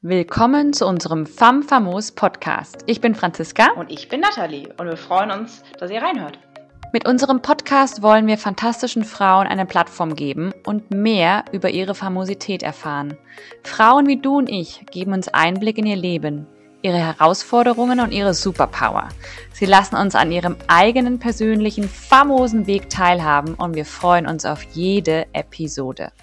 Willkommen zu unserem Femme-Famos Podcast. Ich bin Franziska. Und ich bin Nathalie und wir freuen uns, dass ihr reinhört. Mit unserem Podcast wollen wir fantastischen Frauen eine Plattform geben und mehr über ihre Famosität erfahren. Frauen wie du und ich geben uns Einblick in ihr Leben, ihre Herausforderungen und ihre Superpower. Sie lassen uns an ihrem eigenen persönlichen, famosen Weg teilhaben und wir freuen uns auf jede Episode.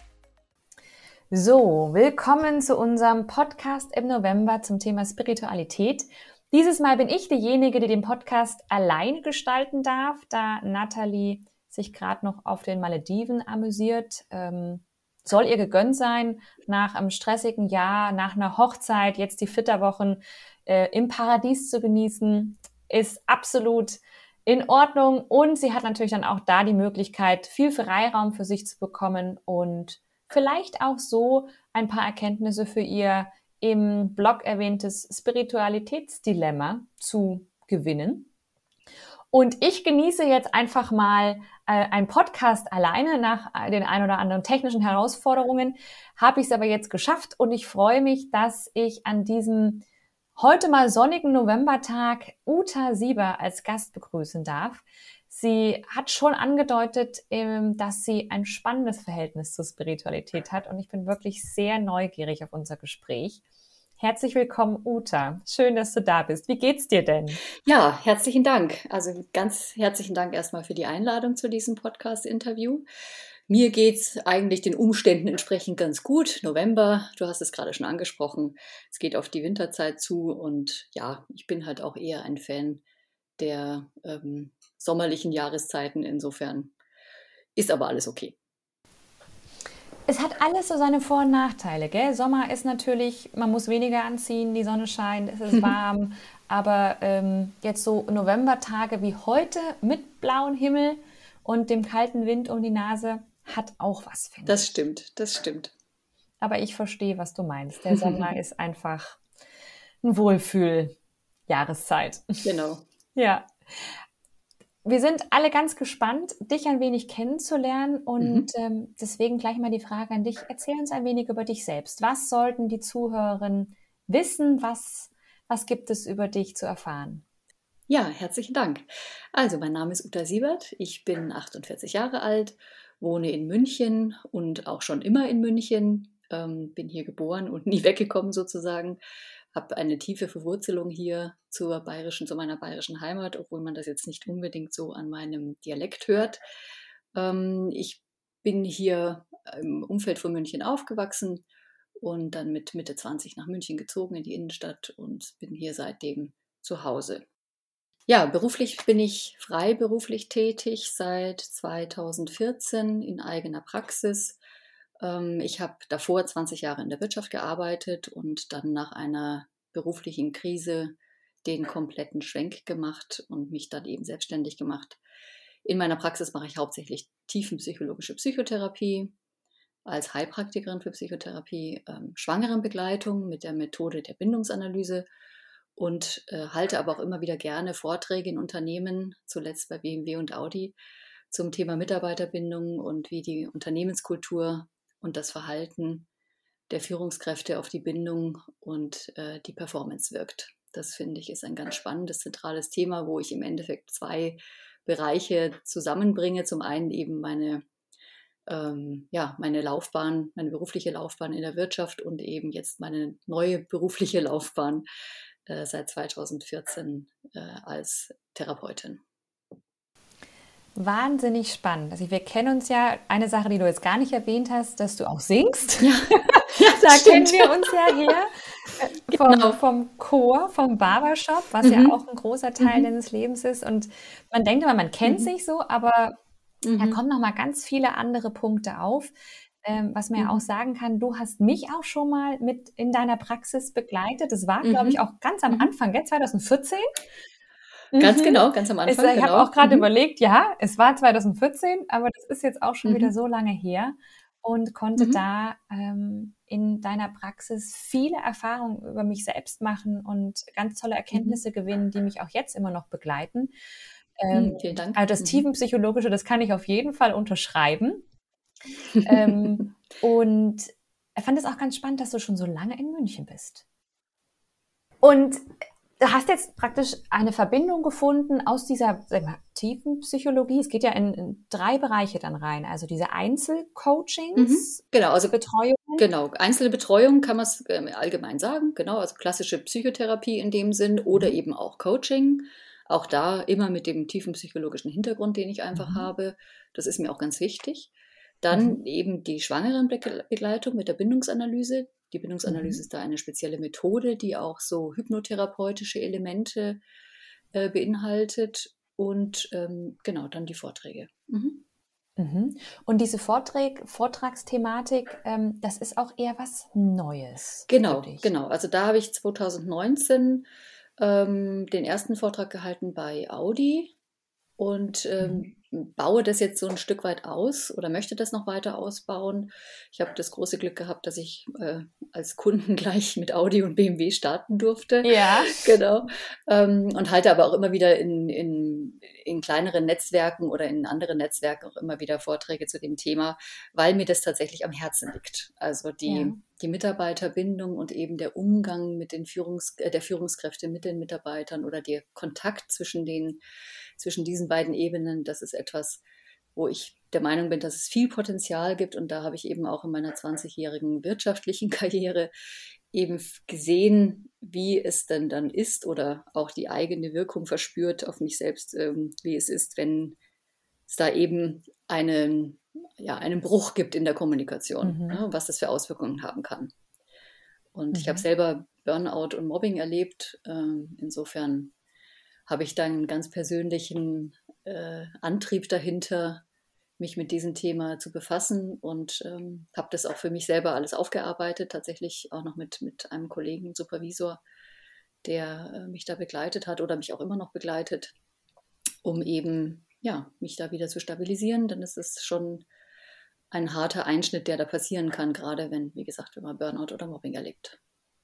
So, willkommen zu unserem Podcast im November zum Thema Spiritualität. Dieses Mal bin ich diejenige, die den Podcast allein gestalten darf, da Nathalie sich gerade noch auf den Malediven amüsiert. Soll ihr gegönnt sein, nach einem stressigen Jahr, nach einer Hochzeit, jetzt die Flitterwochen im Paradies zu genießen, ist absolut in Ordnung. Und sie hat natürlich dann auch da die Möglichkeit, viel Freiraum für sich zu bekommen und vielleicht auch so ein paar Erkenntnisse für ihr im Blog erwähntes Spiritualitätsdilemma zu gewinnen. Und ich genieße jetzt einfach mal einen Podcast alleine nach den ein oder anderen technischen Herausforderungen. Habe ich es aber jetzt geschafft und ich freue mich, dass ich an diesem heute mal sonnigen Novembertag Uta Sieber als Gast begrüßen darf. Sie hat schon angedeutet, dass sie ein spannendes Verhältnis zur Spiritualität hat und ich bin wirklich sehr neugierig auf unser Gespräch. Herzlich willkommen, Uta. Schön, dass du da bist. Wie geht's dir denn? Ja, herzlichen Dank. Also ganz herzlichen Dank erstmal für die Einladung zu diesem Podcast-Interview. Mir geht's eigentlich den Umständen entsprechend ganz gut. November, du hast es gerade schon angesprochen, es geht auf die Winterzeit zu und ja, ich bin halt auch eher ein Fan der sommerlichen Jahreszeiten. Insofern ist aber alles okay. Es hat alles so seine Vor- und Nachteile, gell? Sommer ist natürlich, man muss weniger anziehen, die Sonne scheint, es ist warm, aber jetzt so Novembertage wie heute mit blauem Himmel und dem kalten Wind um die Nase hat auch was, finde ich. Das stimmt. Aber ich verstehe, was du meinst. Der Sommer ist einfach ein Wohlfühl-Jahreszeit. Genau. Ja. Wir sind alle ganz gespannt, dich ein wenig kennenzulernen und deswegen gleich mal die Frage an dich. Erzähl uns ein wenig über dich selbst. Was sollten die Zuhörerinnen wissen? Was gibt es über dich zu erfahren? Ja, herzlichen Dank. Also, mein Name ist Uta Siebert. Ich bin 48 Jahre alt, wohne in München und auch schon immer in München. Bin hier geboren und nie weggekommen sozusagen. Habe eine tiefe Verwurzelung hier zu meiner bayerischen Heimat, obwohl man das jetzt nicht unbedingt so an meinem Dialekt hört. Ich bin hier im Umfeld von München aufgewachsen und dann mit Mitte 20 nach München gezogen in die Innenstadt und bin hier seitdem zu Hause. Ja, beruflich bin ich freiberuflich tätig seit 2014 in eigener Praxis. Ich habe davor 20 Jahre in der Wirtschaft gearbeitet und dann nach einer beruflichen Krise den kompletten Schwenk gemacht und mich dann eben selbstständig gemacht. In meiner Praxis mache ich hauptsächlich tiefenpsychologische Psychotherapie, als Heilpraktikerin für Psychotherapie, Schwangerenbegleitung mit der Methode der Bindungsanalyse und halte aber auch immer wieder gerne Vorträge in Unternehmen, zuletzt bei BMW und Audi, zum Thema Mitarbeiterbindung und wie die Unternehmenskultur und das Verhalten der Führungskräfte auf die Bindung und die Performance wirkt. Das finde ich ist ein ganz spannendes, zentrales Thema, wo ich im Endeffekt zwei Bereiche zusammenbringe. Zum einen eben meine Laufbahn, meine berufliche Laufbahn in der Wirtschaft und eben jetzt meine neue berufliche Laufbahn seit 2014 als Therapeutin. Wahnsinnig spannend. Also wir kennen uns ja, eine Sache, die du jetzt gar nicht erwähnt hast, dass du auch singst. Ja, da kennen stimmt. wir uns ja her vom Chor, vom Barbershop, was ja auch ein großer Teil deines Lebens ist. Und man denkt immer, man kennt sich so, aber da kommen noch mal ganz viele andere Punkte auf. Was man ja auch sagen kann, du hast mich auch schon mal mit in deiner Praxis begleitet. Das war, glaube ich, auch ganz am Anfang, 2014. Ganz genau, ganz am Anfang. Ich habe auch gerade überlegt, ja, es war 2014, aber das ist jetzt auch schon wieder so lange her und konnte da in deiner Praxis viele Erfahrungen über mich selbst machen und ganz tolle Erkenntnisse gewinnen, die mich auch jetzt immer noch begleiten. Vielen Dank. Also das Tiefenpsychologische, das kann ich auf jeden Fall unterschreiben. Und ich fand es auch ganz spannend, dass du schon so lange in München bist. Und du hast jetzt praktisch eine Verbindung gefunden aus dieser, sag mal, tiefen Psychologie. Es geht ja in 3 Bereiche dann rein. Also diese Einzelcoachings, Genau, also Betreuung. genau, einzelne Betreuung kann man es allgemein sagen, genau, also klassische Psychotherapie in dem Sinn oder eben auch Coaching. Auch da immer mit dem tiefen psychologischen Hintergrund, den ich einfach habe. Das ist mir auch ganz wichtig. Dann eben die Schwangerenbegleitung mit der Bindungsanalyse. Die Bindungsanalyse ist da eine spezielle Methode, die auch so hypnotherapeutische Elemente beinhaltet. Und genau, dann die Vorträge. Und diese Vortragsthematik, das ist auch eher was Neues Genau, für dich. genau. Also da habe ich 2019 den ersten Vortrag gehalten bei Audi und baue das jetzt so ein Stück weit aus oder möchte das noch weiter ausbauen. Ich habe das große Glück gehabt, dass ich als Kunden gleich mit Audi und BMW starten durfte. Ja. Genau. Und halte aber auch immer wieder in kleineren Netzwerken oder in anderen Netzwerken auch immer wieder Vorträge zu dem Thema, weil mir das tatsächlich am Herzen liegt. Also die Mitarbeiterbindung und eben der Umgang mit den der Führungskräfte mit den Mitarbeitern oder der Kontakt zwischen diesen beiden Ebenen, das ist etwas, wo ich der Meinung bin, dass es viel Potenzial gibt. Und da habe ich eben auch in meiner 20-jährigen wirtschaftlichen Karriere eben gesehen, wie es denn dann ist oder auch die eigene Wirkung verspürt auf mich selbst, wie es ist, wenn es da eben einen Bruch gibt in der Kommunikation, was das für Auswirkungen haben kann. Und ich habe selber Burnout und Mobbing erlebt. Insofern habe ich da einen ganz persönlichen Antrieb dahinter, mich mit diesem Thema zu befassen und habe das auch für mich selber alles aufgearbeitet, tatsächlich auch noch mit einem Kollegen, Supervisor, der mich da begleitet hat oder mich auch immer noch begleitet, um eben mich da wieder zu stabilisieren, denn es ist schon ein harter Einschnitt, der da passieren kann, gerade wenn man Burnout oder Mobbing erlebt.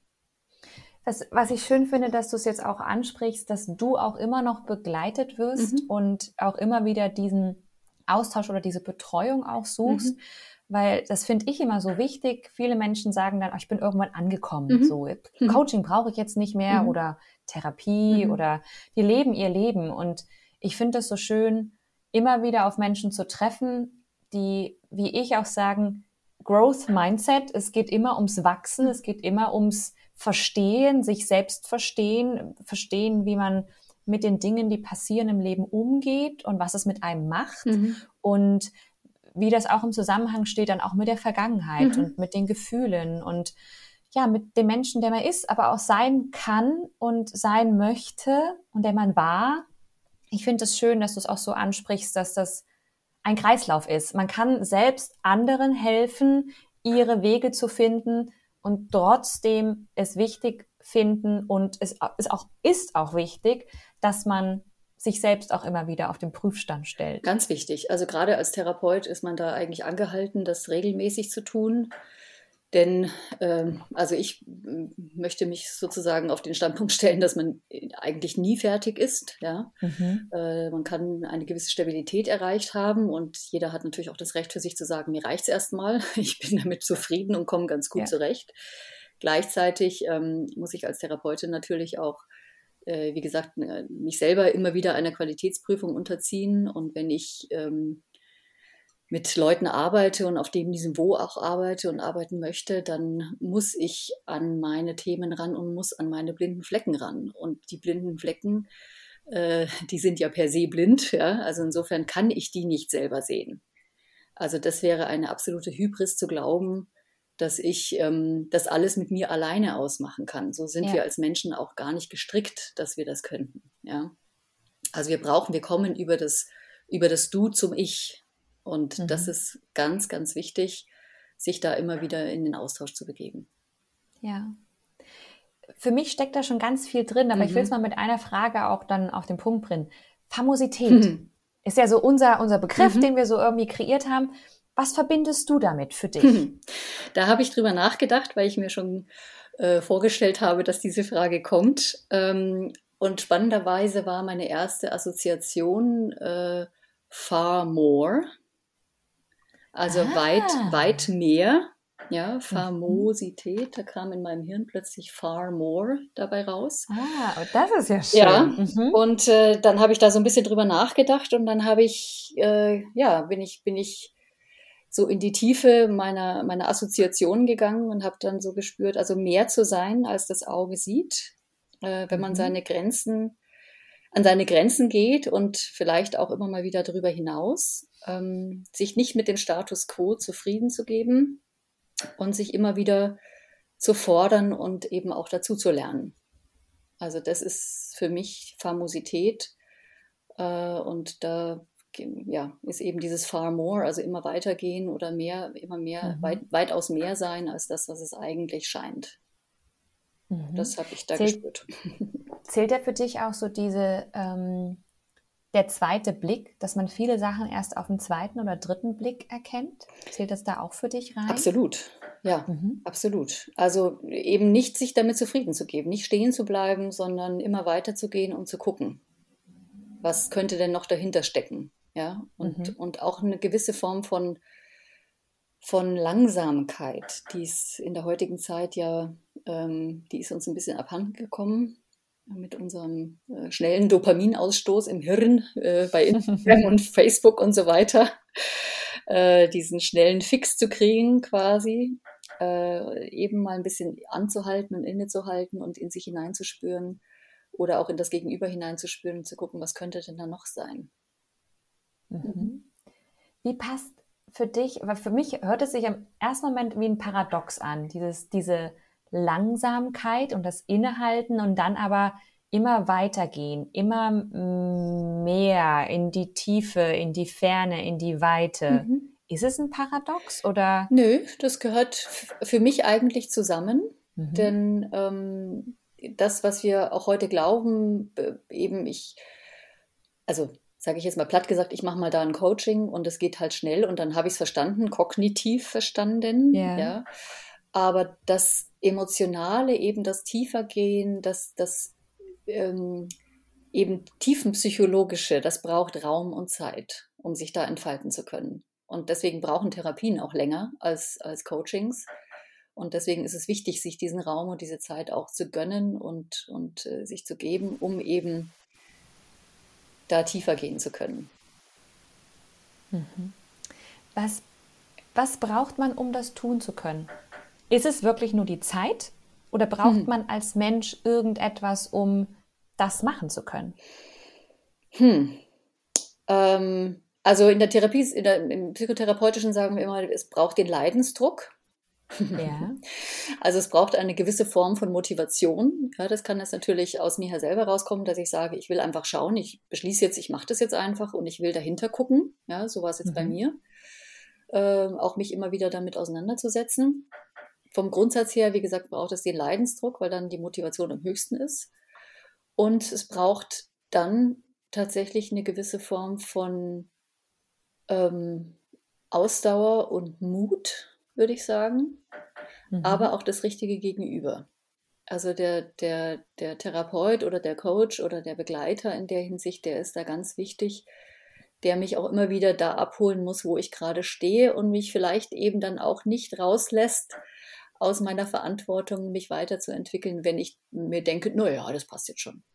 Was ich schön finde, dass du es jetzt auch ansprichst, dass du auch immer noch begleitet wirst und auch immer wieder diesen Austausch oder diese Betreuung auch suchst, weil das finde ich immer so wichtig. Viele Menschen sagen dann, ich bin irgendwann angekommen, so Coaching brauche ich jetzt nicht mehr oder Therapie oder die leben ihr Leben. Und ich finde es so schön, immer wieder auf Menschen zu treffen, die, wie ich auch sagen, Growth Mindset, es geht immer ums Wachsen, es geht immer ums Verstehen, sich selbst verstehen, wie man mit den Dingen, die passieren im Leben, umgeht und was es mit einem macht und wie das auch im Zusammenhang steht dann auch mit der Vergangenheit und mit den Gefühlen und ja, mit dem Menschen, der man ist, aber auch sein kann und sein möchte und der man war. Ich finde es schön, dass du es auch so ansprichst, dass das ein Kreislauf ist. Man kann selbst anderen helfen, ihre Wege zu finden und trotzdem es wichtig finden und es ist auch wichtig, dass man sich selbst auch immer wieder auf den Prüfstand stellt. Ganz wichtig. Also gerade als Therapeut ist man da eigentlich angehalten, das regelmäßig zu tun. Denn also ich möchte mich sozusagen auf den Standpunkt stellen, dass man eigentlich nie fertig ist. Ja? Man kann eine gewisse Stabilität erreicht haben und jeder hat natürlich auch das Recht für sich zu sagen, mir reicht es erstmal, ich bin damit zufrieden und komme ganz gut zurecht. Gleichzeitig muss ich als Therapeutin natürlich auch, wie gesagt, mich selber immer wieder einer Qualitätsprüfung unterziehen. Und wenn ich mit Leuten arbeite und auf dem Niveau auch arbeite und arbeiten möchte, dann muss ich an meine Themen ran und muss an meine blinden Flecken ran. Und die blinden Flecken, die sind ja per se blind. Ja? Also insofern kann ich die nicht selber sehen. Also das wäre eine absolute Hybris zu glauben, dass ich das alles mit mir alleine ausmachen kann. So sind wir als Menschen auch gar nicht gestrickt, dass wir das könnten. Ja? Also wir kommen über das Du zum Ich. Und das ist ganz, ganz wichtig, sich da immer wieder in den Austausch zu begeben. Ja. Für mich steckt da schon ganz viel drin, aber ich will es mal mit einer Frage auch dann auf den Punkt bringen. Famosität ist ja so unser Begriff, den wir so irgendwie kreiert haben. Was verbindest du damit für dich? Da habe ich drüber nachgedacht, weil ich mir schon vorgestellt habe, dass diese Frage kommt. Und spannenderweise war meine erste Assoziation far more. Also weit mehr. Ja, Famosität, da kam in meinem Hirn plötzlich far more dabei raus. Das ist ja schön. Ja, und dann habe ich da so ein bisschen drüber nachgedacht und dann bin ich so in die Tiefe meiner Assoziationen gegangen und habe dann so gespürt, also mehr zu sein, als das Auge sieht, wenn man an seine Grenzen geht und vielleicht auch immer mal wieder darüber hinaus, sich nicht mit dem Status quo zufrieden zu geben und sich immer wieder zu fordern und eben auch dazu zu lernen. Also das ist für mich Famosität und da ist eben dieses far more, also immer weitergehen oder immer mehr, weitaus mehr sein als das, was es eigentlich scheint. Das habe ich da gespürt. Zählt ja für dich auch so der zweite Blick, dass man viele Sachen erst auf dem zweiten oder dritten Blick erkennt? Zählt das da auch für dich rein? Absolut, ja, absolut. Also eben nicht sich damit zufrieden zu geben, nicht stehen zu bleiben, sondern immer weiterzugehen und zu gucken, was könnte denn noch dahinter stecken, ja? Und auch eine gewisse Form von Langsamkeit, die ist in der heutigen Zeit die ist uns ein bisschen abhanden gekommen mit unserem schnellen Dopaminausstoß im Hirn bei Instagram und Facebook und so weiter, diesen schnellen Fix zu kriegen quasi, eben mal ein bisschen anzuhalten und innezuhalten und in sich hineinzuspüren oder auch in das Gegenüber hineinzuspüren und zu gucken, was könnte denn da noch sein. Wie passt für dich, weil für mich hört es sich im ersten Moment wie ein Paradox an, diese Langsamkeit und das Innehalten und dann aber immer weitergehen, immer mehr in die Tiefe, in die Ferne, in die Weite. Ist es ein Paradox oder? Nö, das gehört für mich eigentlich zusammen, denn das, was wir auch heute glauben, sage ich jetzt mal platt gesagt, ich mache mal da ein Coaching und es geht halt schnell und dann habe ich es verstanden, kognitiv verstanden, ja. Aber das Emotionale, eben das Tiefergehen, das eben Tiefenpsychologische, das braucht Raum und Zeit, um sich da entfalten zu können. Und deswegen brauchen Therapien auch länger als Coachings. Und deswegen ist es wichtig, sich diesen Raum und diese Zeit auch zu gönnen und sich zu geben, um eben da tiefer gehen zu können. Was braucht man, um das tun zu können? Ist es wirklich nur die Zeit oder braucht man als Mensch irgendetwas, um das machen zu können? Also in der Therapie, im Psychotherapeutischen sagen wir immer, es braucht den Leidensdruck. Ja. Also es braucht eine gewisse Form von Motivation. Ja, das kann jetzt natürlich aus mir selber rauskommen, dass ich sage, ich will einfach schauen, ich beschließe jetzt, ich mache das jetzt einfach und ich will dahinter gucken. Ja, so war es jetzt bei mir. Auch mich immer wieder damit auseinanderzusetzen. Vom Grundsatz her, wie gesagt, braucht es den Leidensdruck, weil dann die Motivation am höchsten ist. Und es braucht dann tatsächlich eine gewisse Form von Ausdauer und Mut, würde ich sagen, aber auch das richtige Gegenüber. Also der Therapeut oder der Coach oder der Begleiter in der Hinsicht, der ist da ganz wichtig, der mich auch immer wieder da abholen muss, wo ich gerade stehe und mich vielleicht eben dann auch nicht rauslässt aus meiner Verantwortung, mich weiterzuentwickeln, wenn ich mir denke, naja, das passt jetzt schon.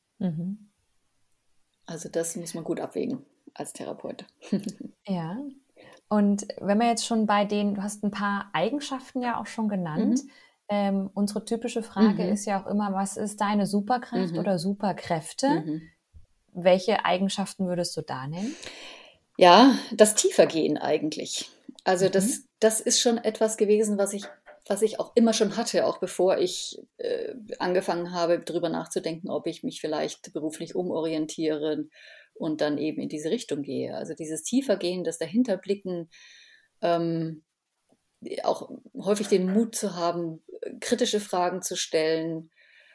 Also das muss man gut abwägen als Therapeut. Ja. Und wenn wir jetzt schon du hast ein paar Eigenschaften ja auch schon genannt. Unsere typische Frage ist ja auch immer, was ist deine Superkraft oder Superkräfte? Welche Eigenschaften würdest du da nennen? Ja, das Tiefergehen eigentlich. Also das ist schon etwas gewesen, was ich auch immer schon hatte, auch bevor ich angefangen habe, darüber nachzudenken, ob ich mich vielleicht beruflich umorientiere und dann eben in diese Richtung gehe. Also dieses Tiefergehen, das Dahinterblicken, auch häufig den Mut zu haben, kritische Fragen zu stellen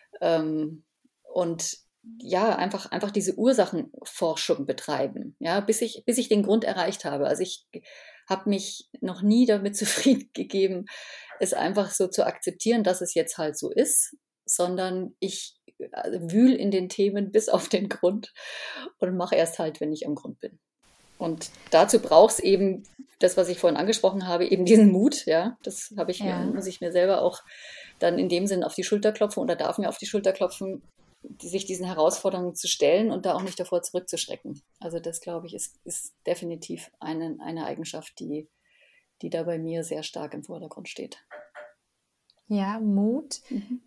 und ja, einfach diese Ursachenforschung betreiben, ja, bis ich den Grund erreicht habe. Also ich habe mich noch nie damit zufrieden gegeben, es einfach so zu akzeptieren, dass es jetzt halt so ist, sondern ich wühl in den Themen bis auf den Grund und mache erst halt, wenn ich am Grund bin. Und dazu braucht es eben das, was ich vorhin angesprochen habe, eben diesen Mut. Ja, das habe ich, muss ich mir selber auch dann in dem Sinn auf die Schulter klopfen oder darf mir auf die Schulter klopfen, sich diesen Herausforderungen zu stellen und da auch nicht davor zurückzuschrecken. Also das, glaube ich, ist definitiv eine Eigenschaft, die da bei mir sehr stark im Vordergrund steht. Ja, Mut.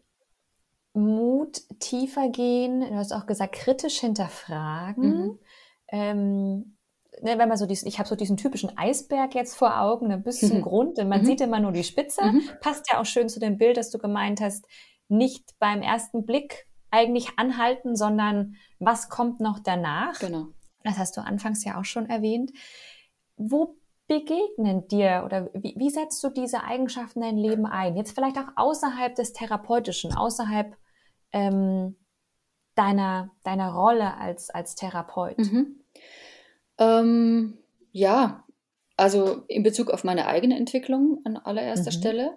Mut, tiefer gehen, du hast auch gesagt, kritisch hinterfragen. Wenn man so ich habe so diesen typischen Eisberg jetzt vor Augen, ein bisschen Grund, denn man sieht immer nur die Spitze. Passt ja auch schön zu dem Bild, das du gemeint hast, nicht beim ersten Blick eigentlich anhalten, sondern was kommt noch danach? Genau. Das hast du anfangs ja auch schon erwähnt. Wo begegnen dir oder wie setzt du diese Eigenschaften in dein Leben ein? Jetzt vielleicht auch außerhalb des Therapeutischen, außerhalb deiner Rolle als Therapeut. Ja, also in Bezug auf meine eigene Entwicklung an allererster Stelle.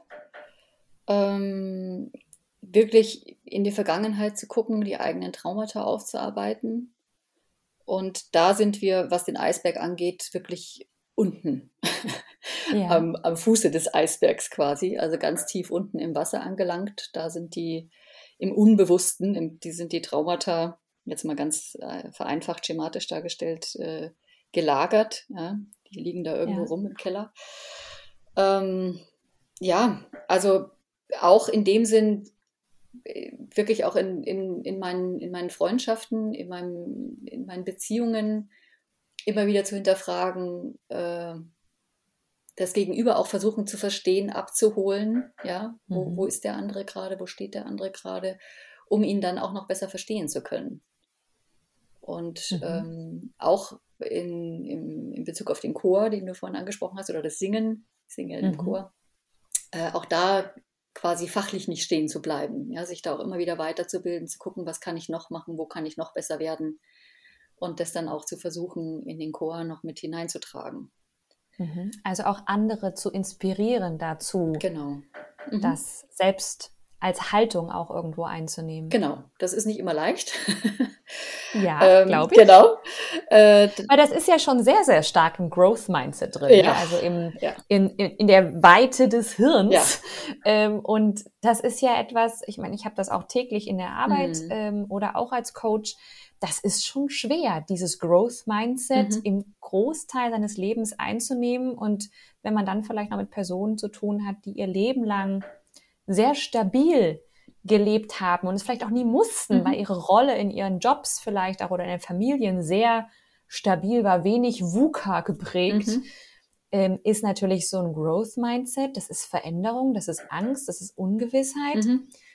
Wirklich in die Vergangenheit zu gucken, die eigenen Traumata aufzuarbeiten. Und da sind wir, was den Eisberg angeht, wirklich unten. Am Fuße des Eisbergs quasi, also ganz tief unten im Wasser angelangt. Da sind die im Unbewussten, die sind die Traumata, jetzt mal ganz vereinfacht schematisch dargestellt, gelagert. Ja? Die liegen da irgendwo rum im Keller. Also auch in dem Sinn, wirklich auch in meinen Freundschaften, in meinen Beziehungen immer wieder zu hinterfragen, das Gegenüber auch versuchen zu verstehen, abzuholen, ja, wo ist der andere gerade, wo steht der andere gerade, um ihn dann auch noch besser verstehen zu können. Und auch in Bezug auf den Chor, den du vorhin angesprochen hast, oder das Singen im Chor, auch da quasi fachlich nicht stehen zu bleiben, ja, sich da auch immer wieder weiterzubilden, zu gucken, was kann ich noch machen, wo kann ich noch besser werden und das dann auch zu versuchen, in den Chor noch mit hineinzutragen. Also auch andere zu inspirieren dazu, genau. Das selbst als Haltung auch irgendwo einzunehmen. Genau, das ist nicht immer leicht. Ja, glaube ich. Genau. Weil das ist ja schon sehr, sehr stark im Growth-Mindset drin, ja. Also in der Weite des Hirns. Ja. Und das ist ja etwas, ich meine, ich habe das auch täglich in der Arbeit oder auch als Coach, das ist schon schwer, dieses Growth-Mindset im Großteil seines Lebens einzunehmen. Und wenn man dann vielleicht noch mit Personen zu tun hat, die ihr Leben lang sehr stabil gelebt haben und es vielleicht auch nie mussten, weil ihre Rolle in ihren Jobs vielleicht auch oder in den Familien sehr stabil war, wenig VUCA geprägt, ist natürlich so ein Growth-Mindset. Das ist Veränderung, das ist Angst, das ist Ungewissheit.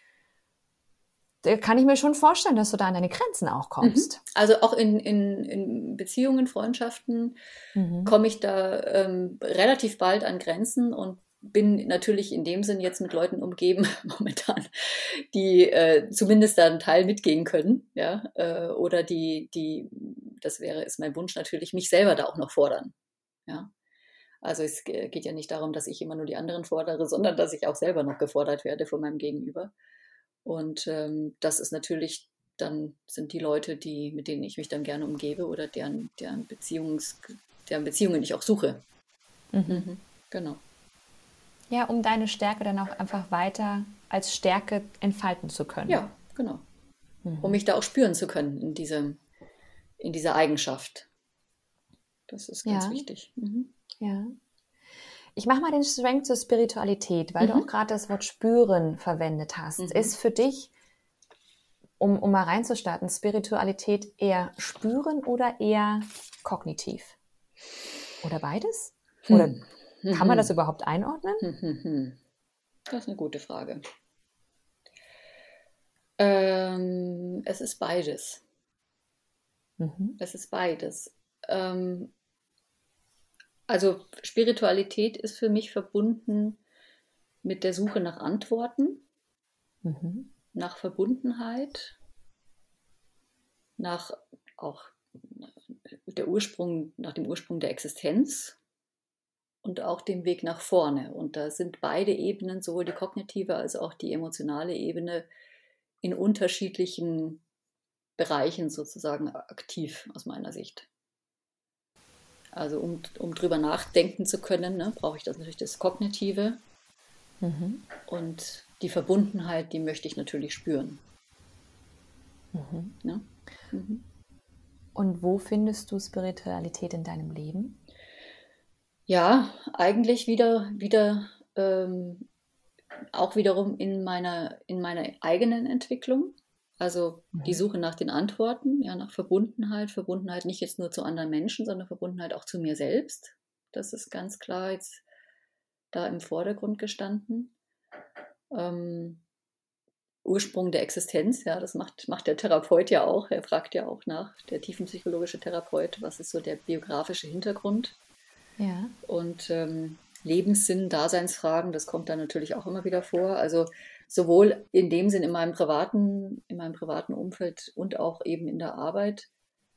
Da kann ich mir schon vorstellen, dass du da an deine Grenzen auch kommst. Also auch in Beziehungen, Freundschaften komme ich da relativ bald an Grenzen und bin natürlich in dem Sinn jetzt mit Leuten umgeben momentan, die zumindest da einen Teil mitgehen können, ja, oder ist mein Wunsch natürlich, mich selber da auch noch fordern, ja. Also es geht ja nicht darum, dass ich immer nur die anderen fordere, sondern dass ich auch selber noch gefordert werde von meinem Gegenüber. Und das ist natürlich, dann sind die Leute, mit denen ich mich dann gerne umgebe oder deren Beziehungen ich auch suche. Genau. Ja, um deine Stärke dann auch einfach weiter als Stärke entfalten zu können. Ja, genau. Um mich da auch spüren zu können in dieser Eigenschaft. Das ist ganz wichtig. Ja. Ich mache mal den Schwenk zur Spiritualität, weil du auch gerade das Wort spüren verwendet hast. Ist für dich, um mal reinzustarten, Spiritualität eher spüren oder eher kognitiv? Oder beides? Oder kann man das überhaupt einordnen? Das ist eine gute Frage. Es ist beides. Es ist beides. Also Spiritualität ist für mich verbunden mit der Suche nach Antworten, nach Verbundenheit, nach dem Ursprung der Existenz und auch dem Weg nach vorne. Und da sind beide Ebenen, sowohl die kognitive als auch die emotionale Ebene, in unterschiedlichen Bereichen sozusagen aktiv aus meiner Sicht. Also um drüber nachdenken zu können, ne, brauche ich das natürlich das Kognitive. Und die Verbundenheit, die möchte ich natürlich spüren. Ne? Und wo findest du Spiritualität in deinem Leben? Ja, eigentlich wieder auch wiederum in meiner eigenen Entwicklung. Also die Suche nach den Antworten, ja, nach Verbundenheit. Verbundenheit nicht jetzt nur zu anderen Menschen, sondern Verbundenheit auch zu mir selbst. Das ist ganz klar jetzt da im Vordergrund gestanden. Ursprung der Existenz, ja, das macht der Therapeut ja auch. Er fragt ja auch nach, der tiefenpsychologische Therapeut, was ist so der biografische Hintergrund. Ja. Und Lebenssinn, Daseinsfragen, das kommt dann natürlich auch immer wieder vor. Also sowohl in dem Sinn in meinem privaten Umfeld und auch eben in der Arbeit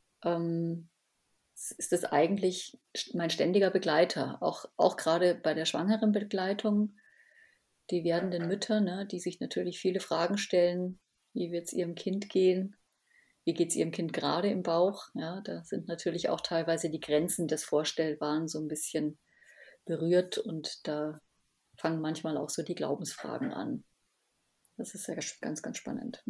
ist das eigentlich mein ständiger Begleiter. Auch gerade bei der schwangeren Begleitung, die werdenden Mütter, ne, die sich natürlich viele Fragen stellen, wie wird es ihrem Kind gehen? Wie geht es ihrem Kind gerade im Bauch? Ja, da sind natürlich auch teilweise die Grenzen des Vorstellbaren so ein bisschen berührt und da fangen manchmal auch so die Glaubensfragen an. Das ist ja ganz, ganz spannend.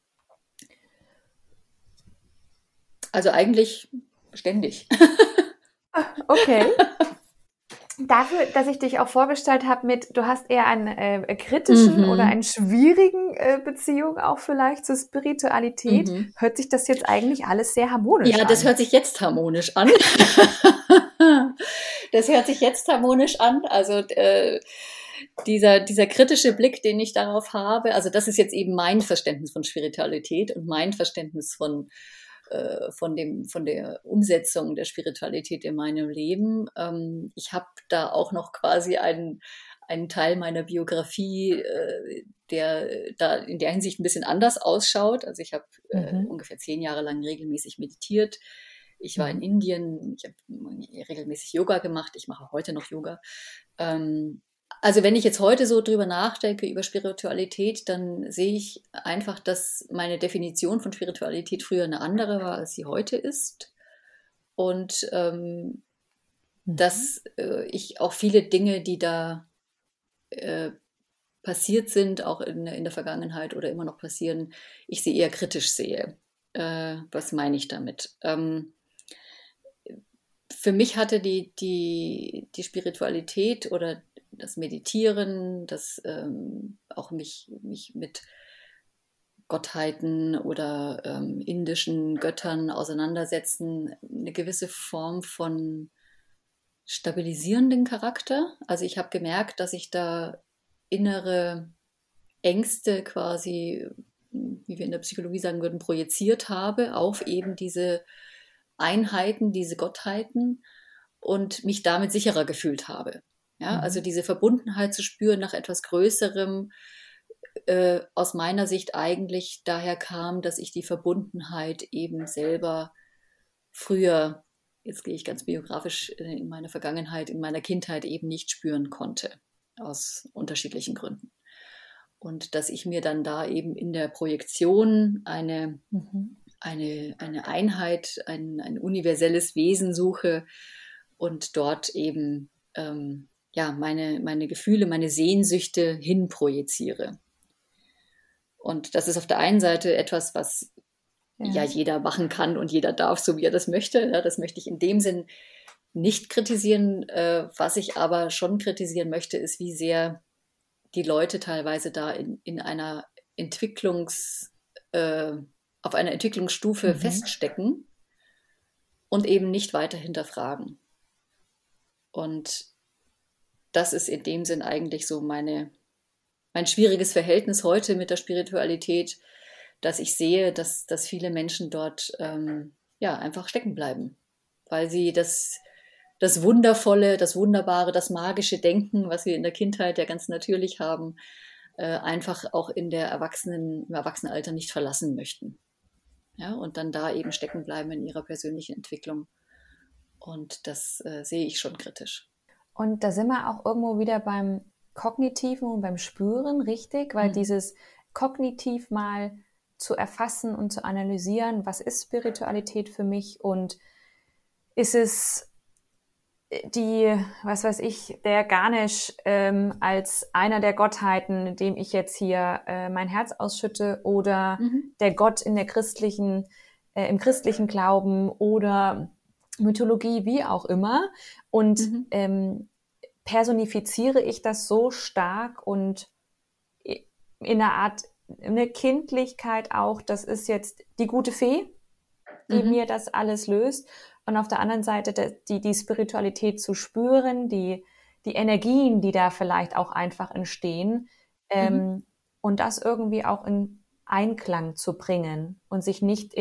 Also eigentlich ständig. Okay. Dafür, dass ich dich auch vorgestellt habe mit, du hast eher einen kritischen oder einen schwierigen Beziehung auch vielleicht zur Spiritualität, hört sich das jetzt eigentlich alles sehr harmonisch an. Ja, das hört sich jetzt harmonisch an. Das hört sich jetzt harmonisch an. Also dieser kritische Blick, den ich darauf habe, also das ist jetzt eben mein Verständnis von Spiritualität und mein Verständnis von der Umsetzung der Spiritualität in meinem Leben. Ich habe da auch noch quasi einen Teil meiner Biografie, der da in der Hinsicht ein bisschen anders ausschaut. Also ich habe ungefähr 10 Jahre lang regelmäßig meditiert. Ich war in Indien, ich habe regelmäßig Yoga gemacht, ich mache heute noch Yoga. Also wenn ich jetzt heute so drüber nachdenke, über Spiritualität, dann sehe ich einfach, dass meine Definition von Spiritualität früher eine andere war, als sie heute ist. Und dass ich auch viele Dinge, die da passiert sind, auch in der Vergangenheit oder immer noch passieren, ich sie eher kritisch sehe. Was meine ich damit? Für mich hatte die Spiritualität oder das Meditieren, das auch mich mit Gottheiten oder indischen Göttern auseinandersetzen, eine gewisse Form von stabilisierenden Charakter. Also ich habe gemerkt, dass ich da innere Ängste quasi, wie wir in der Psychologie sagen würden, projiziert habe auf eben diese Einheiten, diese Gottheiten und mich damit sicherer gefühlt habe. Ja, also diese Verbundenheit zu spüren nach etwas Größerem, aus meiner Sicht eigentlich daher kam, dass ich die Verbundenheit eben selber früher, jetzt gehe ich ganz biografisch in meine Vergangenheit, in meiner Kindheit eben nicht spüren konnte, aus unterschiedlichen Gründen. Und dass ich mir dann da eben in der Projektion eine Einheit, ein universelles Wesen suche und dort eben meine Gefühle, meine Sehnsüchte hinprojiziere. Und das ist auf der einen Seite etwas, was ja jeder machen kann und jeder darf, so wie er das möchte. Ja, das möchte ich in dem Sinn nicht kritisieren. Was ich aber schon kritisieren möchte, ist, wie sehr die Leute teilweise da in einer auf einer Entwicklungsstufe feststecken und eben nicht weiter hinterfragen. Und das ist in dem Sinn eigentlich so mein schwieriges Verhältnis heute mit der Spiritualität, dass ich sehe, dass viele Menschen dort einfach stecken bleiben, weil sie das Wundervolle, das Wunderbare, das magische Denken, was wir in der Kindheit ja ganz natürlich haben, einfach auch im Erwachsenenalter nicht verlassen möchten. Ja, und dann da eben stecken bleiben in ihrer persönlichen Entwicklung. Und das sehe ich schon kritisch. Und da sind wir auch irgendwo wieder beim Kognitiven und beim Spüren, richtig? Weil dieses kognitiv mal zu erfassen und zu analysieren, was ist Spiritualität für mich und ist es was weiß ich, der Ganesh als einer der Gottheiten, dem ich jetzt hier mein Herz ausschütte, oder der Gott in der im christlichen Glauben oder Mythologie, wie auch immer. Und personifiziere ich das so stark und in einer Art eine Kindlichkeit auch, das ist jetzt die gute Fee, die mir das alles löst. Und auf der anderen Seite die Spiritualität zu spüren, die Energien, die da vielleicht auch einfach entstehen, und das irgendwie auch in Einklang zu bringen und sich nicht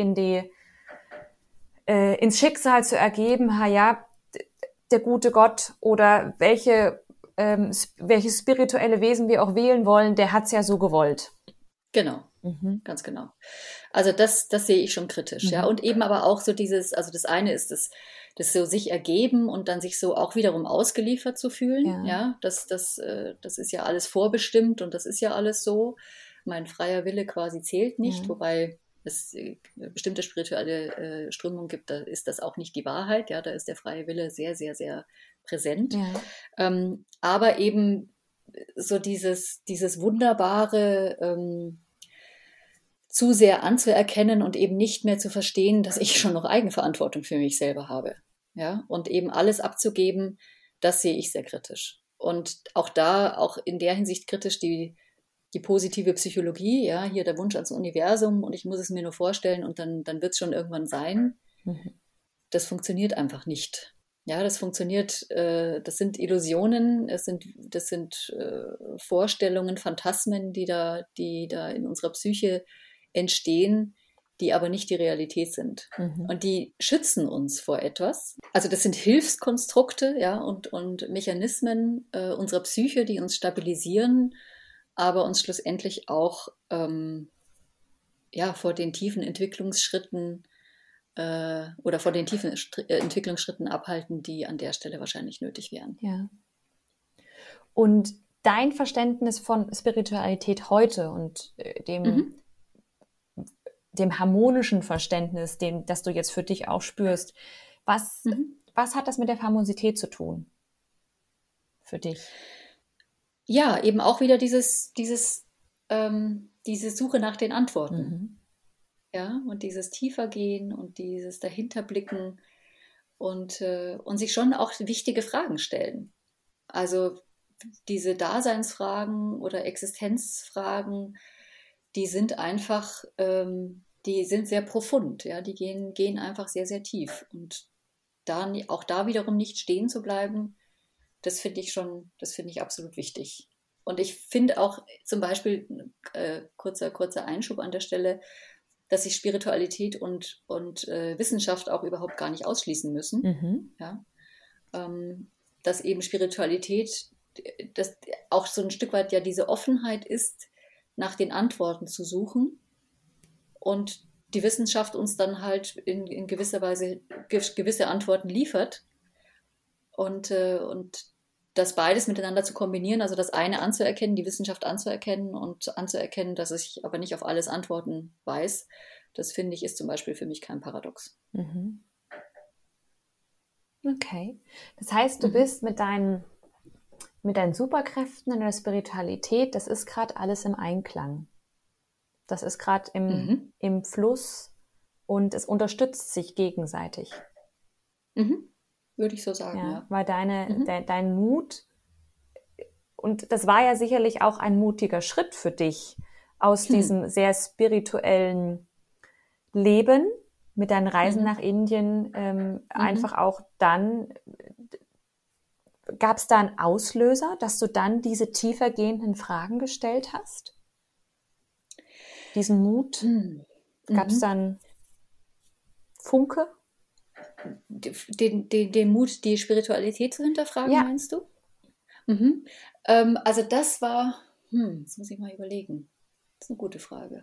ins Schicksal zu ergeben, der gute Gott oder welches spirituelle Wesen wir auch wählen wollen, der hat's ja so gewollt. Genau, ganz genau. Also das sehe ich schon kritisch, ja. Und eben aber auch so also das eine ist das so sich ergeben und dann sich so auch wiederum ausgeliefert zu fühlen, ja. Das ist ja alles vorbestimmt und das ist ja alles so. Mein freier Wille quasi zählt nicht, wobei es bestimmte spirituelle Strömungen gibt, da ist das auch nicht die Wahrheit, ja. Da ist der freie Wille sehr, sehr, sehr präsent. Ja. Aber eben so dieses wunderbare zu sehr anzuerkennen und eben nicht mehr zu verstehen, dass ich schon noch Eigenverantwortung für mich selber habe. Ja? Und eben alles abzugeben, das sehe ich sehr kritisch. Und auch in der Hinsicht kritisch die positive Psychologie, ja, hier der Wunsch ans Universum und ich muss es mir nur vorstellen und dann wird es schon irgendwann sein. Das funktioniert einfach nicht. Ja, das funktioniert, das sind Illusionen, das sind Vorstellungen, Phantasmen, die da in unserer Psyche entstehen, die aber nicht die Realität sind. Und die schützen uns vor etwas. Also das sind Hilfskonstrukte, ja, und Mechanismen unserer Psyche, die uns stabilisieren, aber uns schlussendlich auch vor den tiefen Entwicklungsschritten Entwicklungsschritten abhalten, die an der Stelle wahrscheinlich nötig wären. Ja. Und dein Verständnis von Spiritualität heute und dem harmonischen Verständnis, das du jetzt für dich auch spürst, was hat das mit der Famosität zu tun für dich? Ja, eben auch wieder diese Suche nach den Antworten. Ja, und dieses Tiefergehen und dieses Dahinterblicken und sich schon auch wichtige Fragen stellen. Also diese Daseinsfragen oder Existenzfragen, die sind einfach, die sind sehr profund, ja, die gehen einfach sehr, sehr tief. Und auch da wiederum nicht stehen zu bleiben, das finde ich absolut wichtig. Und ich finde auch zum Beispiel, kurzer Einschub an der Stelle, dass sich Spiritualität und Wissenschaft auch überhaupt gar nicht ausschließen müssen. Ja? Dass eben Spiritualität, dass auch so ein Stück weit ja diese Offenheit ist, nach den Antworten zu suchen und die Wissenschaft uns dann halt in gewisser Weise gewisse Antworten liefert und das beides miteinander zu kombinieren, also das eine anzuerkennen, die Wissenschaft anzuerkennen und anzuerkennen, dass ich aber nicht auf alles Antworten weiß, das finde ich ist zum Beispiel für mich kein Paradox. Okay. Das heißt, du bist mit deinen Superkräften in der Spiritualität, das ist gerade alles im Einklang. Das ist gerade im Fluss und es unterstützt sich gegenseitig. Würde ich so sagen, ja. Weil dein Mut, und das war ja sicherlich auch ein mutiger Schritt für dich, aus diesem sehr spirituellen Leben mit deinen Reisen nach Indien, einfach auch dann, gab es da einen Auslöser, dass du dann diese tiefergehenden Fragen gestellt hast? Diesen Mut? Gab es dann Funke? Den Mut, die Spiritualität zu hinterfragen, meinst du? Also das war, jetzt muss ich mal überlegen. Das ist eine gute Frage.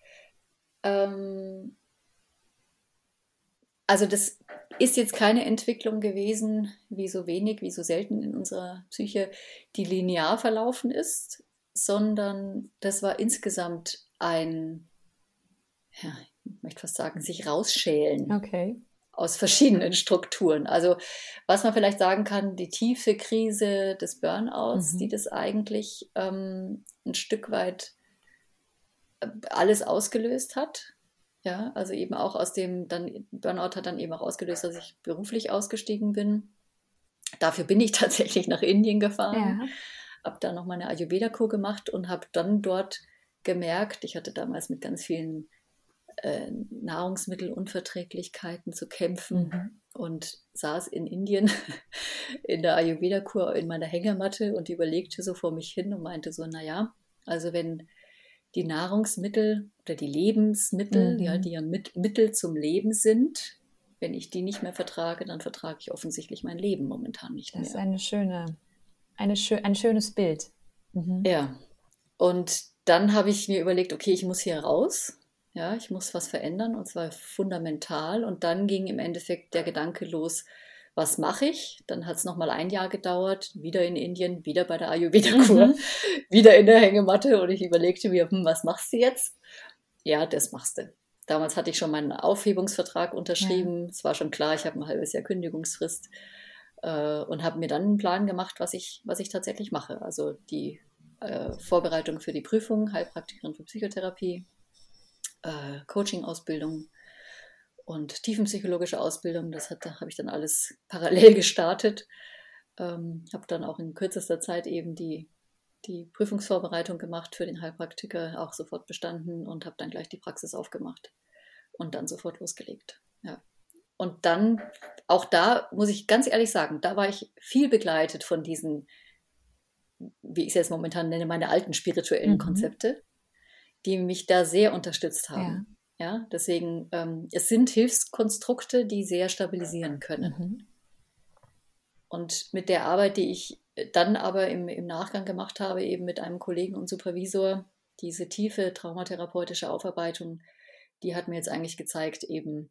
Also das ist jetzt keine Entwicklung gewesen, wie so selten in unserer Psyche, die linear verlaufen ist, sondern das war insgesamt ein, ich möchte fast sagen, sich rausschälen. Okay. aus verschiedenen Strukturen. Also was man vielleicht sagen kann, die tiefe Krise des Burnouts, die das eigentlich ein Stück weit alles ausgelöst hat. Ja, also eben auch aus dem, dann Burnout hat dann eben auch ausgelöst, dass ich beruflich ausgestiegen bin. Dafür bin ich tatsächlich nach Indien gefahren, habe da noch meine Ayurveda-Kur gemacht und habe dann dort gemerkt, ich hatte damals mit ganz vielen Nahrungsmittelunverträglichkeiten zu kämpfen und saß in Indien in der Ayurveda-Kur in meiner Hängematte und überlegte so vor mich hin und meinte so, naja, also wenn die Nahrungsmittel oder die Lebensmittel, ja, die ja Mittel zum Leben sind, wenn ich die nicht mehr vertrage, dann vertrage ich offensichtlich mein Leben momentan nicht mehr. Das ist ein schönes Bild. Ja, und dann habe ich mir überlegt, okay, ich muss hier raus. Ja, ich muss was verändern und zwar fundamental. Und dann ging im Endeffekt der Gedanke los, was mache ich? Dann hat es nochmal ein Jahr gedauert, wieder in Indien, wieder bei der Ayurveda-Kur, wieder in der Hängematte und ich überlegte mir, was machst du jetzt? Ja, das machst du. Damals hatte ich schon meinen Aufhebungsvertrag unterschrieben. Es war schon klar, ich habe ein halbes Jahr Kündigungsfrist und habe mir dann einen Plan gemacht, was ich tatsächlich mache. Also die Vorbereitung für die Prüfung, Heilpraktikerin für Psychotherapie, Coaching-Ausbildung und tiefenpsychologische Ausbildung. Das habe ich dann alles parallel gestartet. Habe dann auch in kürzester Zeit eben die Prüfungsvorbereitung gemacht für den Heilpraktiker, auch sofort bestanden und habe dann gleich die Praxis aufgemacht und dann sofort losgelegt. Ja. Und dann, auch da muss ich ganz ehrlich sagen, da war ich viel begleitet von diesen, wie ich es jetzt momentan nenne, meine alten spirituellen Konzepte, die mich da sehr unterstützt haben. Ja, deswegen, es sind Hilfskonstrukte, die sehr stabilisieren können. Und mit der Arbeit, die ich dann aber im Nachgang gemacht habe, eben mit einem Kollegen und Supervisor, diese tiefe traumatherapeutische Aufarbeitung, die hat mir jetzt eigentlich gezeigt, eben,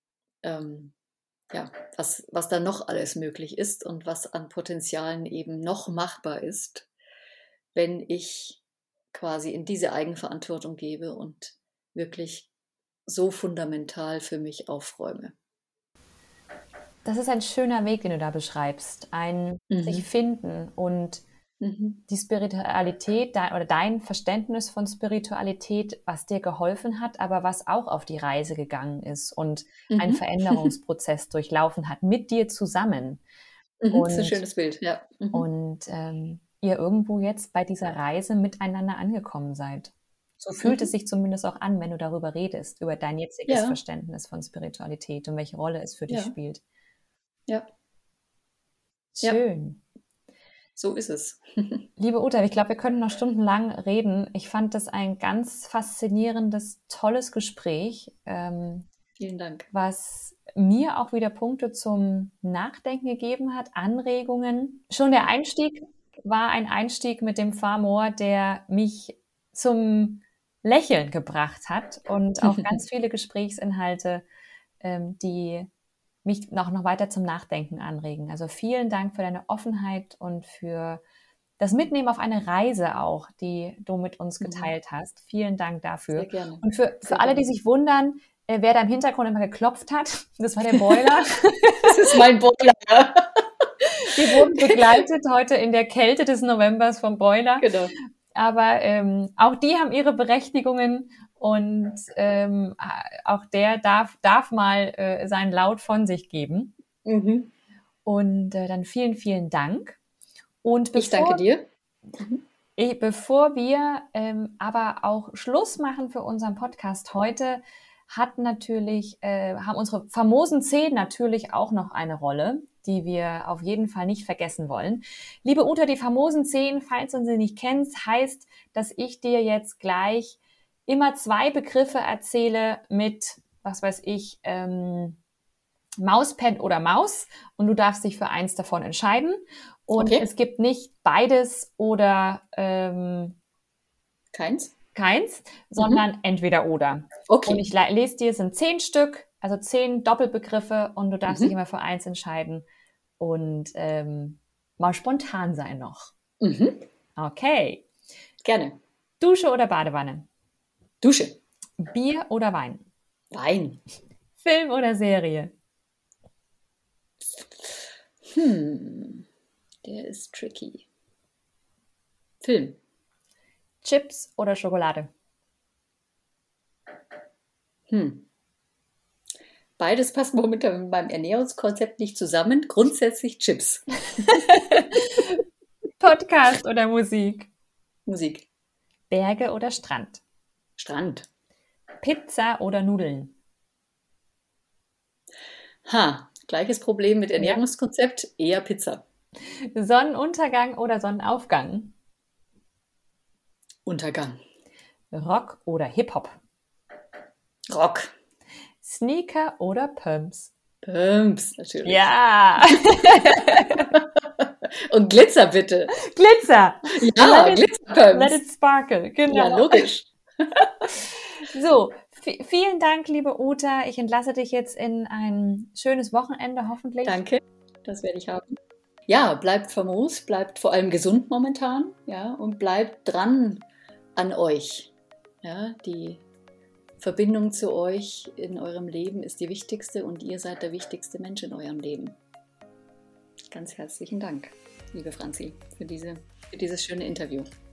was da noch alles möglich ist und was an Potenzialen eben noch machbar ist, wenn ich quasi in diese Eigenverantwortung gebe und wirklich so fundamental für mich aufräume. Das ist ein schöner Weg, den du da beschreibst. Ein sich finden und die Spiritualität oder dein Verständnis von Spiritualität, was dir geholfen hat, aber was auch auf die Reise gegangen ist und einen Veränderungsprozess durchlaufen hat, mit dir zusammen. Das ist ein schönes Bild, ja. Und ihr irgendwo jetzt bei dieser Reise miteinander angekommen seid. So fühlt es sich zumindest auch an, wenn du darüber redest, über dein jetziges Verständnis von Spiritualität und welche Rolle es für dich spielt. Ja. Schön. So ist es. Liebe Uta, ich glaube, wir könnten noch stundenlang reden. Ich fand das ein ganz faszinierendes, tolles Gespräch. Vielen Dank. Was mir auch wieder Punkte zum Nachdenken gegeben hat, Anregungen. Schon der Einstieg war ein Einstieg mit dem Far-More, der mich zum Lächeln gebracht hat und auch ganz viele Gesprächsinhalte, die mich noch weiter zum Nachdenken anregen. Also vielen Dank für deine Offenheit und für das Mitnehmen auf eine Reise auch, die du mit uns geteilt hast. Vielen Dank dafür. Sehr gerne. Und für alle, die sich wundern, wer da im Hintergrund immer geklopft hat, das war der Boiler. Das ist mein Boiler. Wir wurden begleitet heute in der Kälte des Novembers vom Boiler. Genau. Aber auch die haben ihre Berechtigungen und auch der darf mal seinen Laut von sich geben. Und dann vielen, vielen Dank. Und ich danke dir. Bevor wir aber auch Schluss machen für unseren Podcast heute, haben unsere famosen 10 natürlich auch noch eine Rolle, die wir auf jeden Fall nicht vergessen wollen. Liebe Uta, die famosen 10, falls du sie nicht kennst, heißt, dass ich dir jetzt gleich immer 2 Begriffe erzähle mit, was weiß ich, Mauspad oder Maus und du darfst dich für eins davon entscheiden. Und es gibt nicht beides oder keins, sondern entweder oder. Okay. Und ich lese dir, es sind 10 Stück, also 10 Doppelbegriffe und du darfst dich immer für eins entscheiden und mal spontan sein noch. Okay. Gerne. Dusche oder Badewanne? Dusche. Bier oder Wein? Wein. Film oder Serie? Der ist tricky. Film. Chips oder Schokolade? Beides passt momentan mit meinem Ernährungskonzept nicht zusammen. Grundsätzlich Chips. Podcast oder Musik? Musik. Berge oder Strand? Strand. Pizza oder Nudeln? Gleiches Problem mit Ernährungskonzept, eher Pizza. Sonnenuntergang oder Sonnenaufgang? Untergang. Rock oder Hip-Hop? Rock. Sneaker oder Pumps? Pumps, natürlich. Ja! Und Glitzer bitte. Glitzer! Ja, Glitzerpumps. Let it sparkle, genau. Ja, logisch. So, vielen Dank, liebe Uta. Ich entlasse dich jetzt in ein schönes Wochenende, hoffentlich. Danke, das werde ich haben. Ja, bleibt famos, bleibt vor allem gesund momentan, ja, und bleibt dran an euch. Ja, die Verbindung zu euch in eurem Leben ist die wichtigste und ihr seid der wichtigste Mensch in eurem Leben. Ganz herzlichen Dank, liebe Franzi, für dieses schöne Interview.